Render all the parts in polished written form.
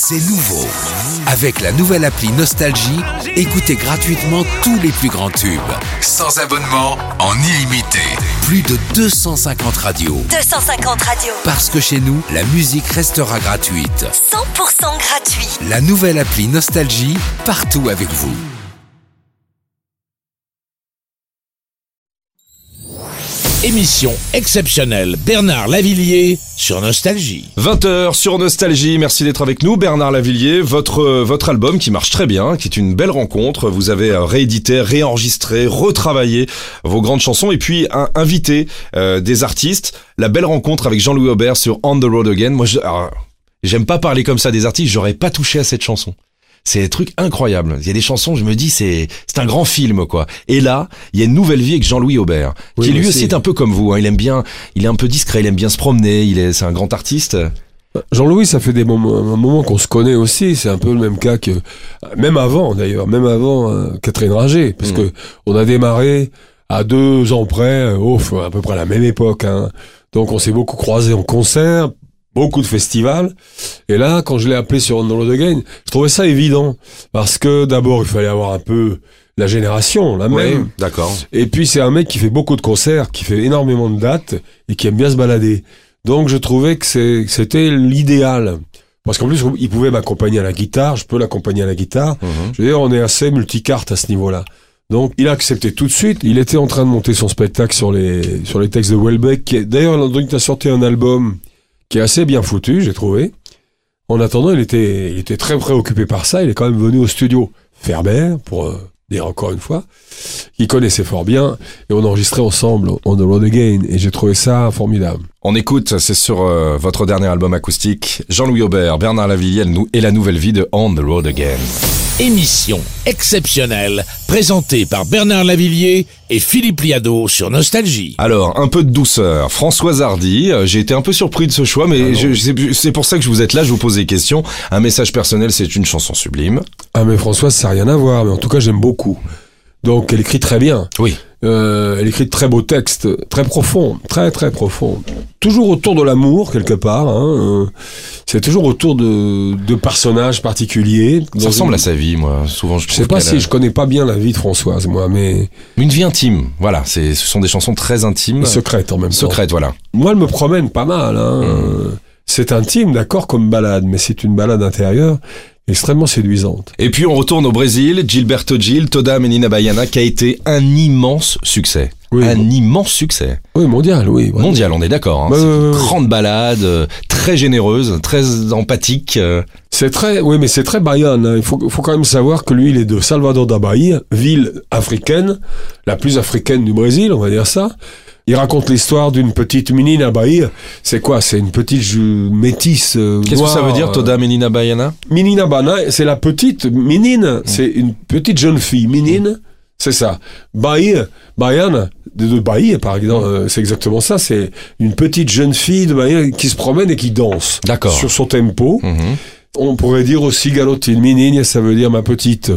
C'est nouveau. Avec la nouvelle appli Nostalgie, écoutez gratuitement tous les plus grands tubes. Sans abonnement, en illimité. Plus de 250 radios. 250 radios. Parce que chez nous, la musique restera gratuite. 100% gratuit. La nouvelle appli Nostalgie, partout avec vous. Émission exceptionnelle Bernard Lavillier sur Nostalgie. 20h sur Nostalgie, merci d'être avec nous. Bernard Lavillier, votre album qui marche très bien, qui est une belle rencontre. Vous avez réédité, réenregistré, retravaillé vos grandes chansons et puis invité des artistes. La belle rencontre avec Jean-Louis Aubert sur On the Road Again. Moi, j'aime pas parler comme ça des artistes, j'aurais pas touché à cette chanson. C'est des trucs incroyables. Il y a des chansons, je me dis, c'est un grand film, quoi. Et là, il y a une nouvelle vie avec Jean-Louis Aubert, qui lui aussi est un peu comme vous, hein. Il est un peu discret, il aime bien se promener, c'est un grand artiste. Jean-Louis, ça fait un moment qu'on se connaît aussi. C'est un peu le même cas que, même avant Catherine Ringer, parce que on a démarré à 2 ans près, à peu près à la même époque, hein. Donc on s'est beaucoup croisés en concert, beaucoup de festivals. Et là, quand je l'ai appelé sur On the Road Again, je trouvais ça évident. Parce que d'abord, il fallait avoir un peu la génération, la même. Oui, d'accord. Et puis, c'est un mec qui fait beaucoup de concerts, qui fait énormément de dates et qui aime bien se balader. Donc, je trouvais que c'était l'idéal. Parce qu'en plus, il pouvait m'accompagner à la guitare, je peux l'accompagner à la guitare. Je veux dire, on est assez multicarte à ce niveau-là. Donc, il a accepté tout de suite. Il était en train de monter son spectacle sur les textes de Houellebecq. D'ailleurs, il a sorti un album qui est assez bien foutu, j'ai trouvé. En attendant, il était très préoccupé par ça. Il est quand même venu au studio Ferber, pour dire encore une fois, qu'il connaissait fort bien, et on enregistrait ensemble On the Road Again, et j'ai trouvé ça formidable. On écoute, c'est sur votre dernier album acoustique, Jean-Louis Aubert, Bernard Lavillier et la nouvelle vie de On the Road Again. Émission exceptionnelle présentée par Bernard Lavillier et Philippe Liado sur Nostalgie. Alors, un peu de douceur. Françoise Hardy, j'ai été un peu surpris de ce choix, mais c'est pour ça que je vous êtes là, je vous pose des questions. Un message personnel, c'est une chanson sublime. Ah mais Françoise, ça n'a rien à voir, mais en tout cas j'aime beaucoup. Donc elle écrit très bien. Oui. Elle écrit de très beaux textes, très profonds, très très profonds. Toujours autour de l'amour, quelque part. Hein. C'est toujours autour de personnages particuliers. Ça ressemble à sa vie, moi. Souvent, je sais pas si je connais pas bien la vie de Françoise, moi, mais... Une vie intime, voilà. Ce sont des chansons très intimes. Secrètes en même temps. Secrètes, voilà. Moi, elle me promène pas mal. Hein. C'est intime, d'accord, comme balade, mais c'est une balade intérieure extrêmement séduisante. Et puis on retourne au Brésil, Gilberto Gil, Toda Menina Baiana, qui a été un immense succès. Oui, immense succès. Oui, mondial, oui. Ouais. Mondial, on est d'accord. Hein. C'est une grande balade, très généreuse, très empathique. C'est très Baiana. Hein. Il faut quand même savoir que lui, il est de Salvador da Bahia, ville africaine, la plus africaine du Brésil, on va dire ça. Il raconte l'histoire d'une petite menina Bahia. C'est quoi? C'est une petite métisse Qu'est-ce noire, que ça veut dire, Toda Menina Baiana? Menina Baiana, c'est la petite menine. C'est une petite jeune fille. Menine, c'est ça. Baiana, de Bahia, par exemple, c'est exactement ça. C'est une petite jeune fille de Bahia qui se promène et qui danse. D'accord. Sur son tempo. On pourrait dire aussi garotine. Menina, ça veut dire ma petite.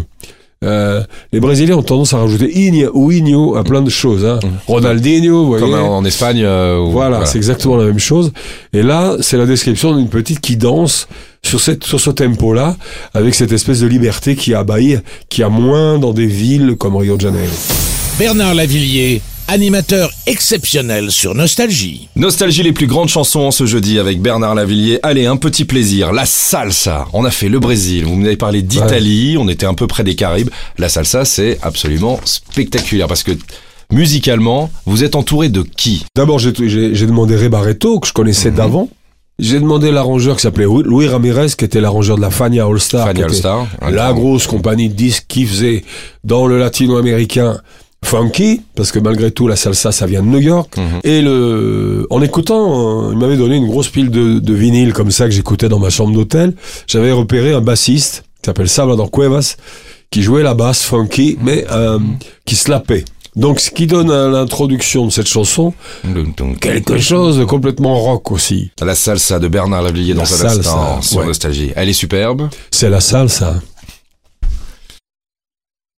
Les Brésiliens ont tendance à rajouter Inha ou Inho à plein de choses. Hein. Ronaldinho, vous voyez. Comme en Espagne. Voilà, c'est exactement la même chose. Et là, c'est la description d'une petite qui danse sur ce tempo-là, avec cette espèce de liberté qui a à Bahia, qui a moins dans des villes comme Rio de Janeiro. Bernard Lavillier, animateur exceptionnel sur Nostalgie. Nostalgie, les plus grandes chansons en ce jeudi avec Bernard Lavillier. Allez, un petit plaisir. La salsa. On a fait le Brésil. Vous m'avez parlé d'Italie. On était un peu près des Caraïbes. La salsa, c'est absolument spectaculaire parce que musicalement, vous êtes entouré de qui? D'abord, j'ai demandé Ray Barretto, que je connaissais d'avant. J'ai demandé l'arrangeur qui s'appelait Louis Ramirez, qui était l'arrangeur de la Fania All Star. La grosse compagnie de disques qui faisait dans le latino-américain funky, parce que malgré tout la salsa ça vient de New York. Et en écoutant, il m'avait donné une grosse pile de vinyles comme ça que j'écoutais dans ma chambre d'hôtel. J'avais repéré un bassiste qui s'appelle Salvador Cuevas, qui jouait la basse funky, mais qui slappait. Donc ce qui donne à l'introduction de cette chanson quelque chose de complètement rock aussi. La salsa de Bernard Lavillier dans un instant sur Nostalgie. Elle est superbe. C'est la salsa.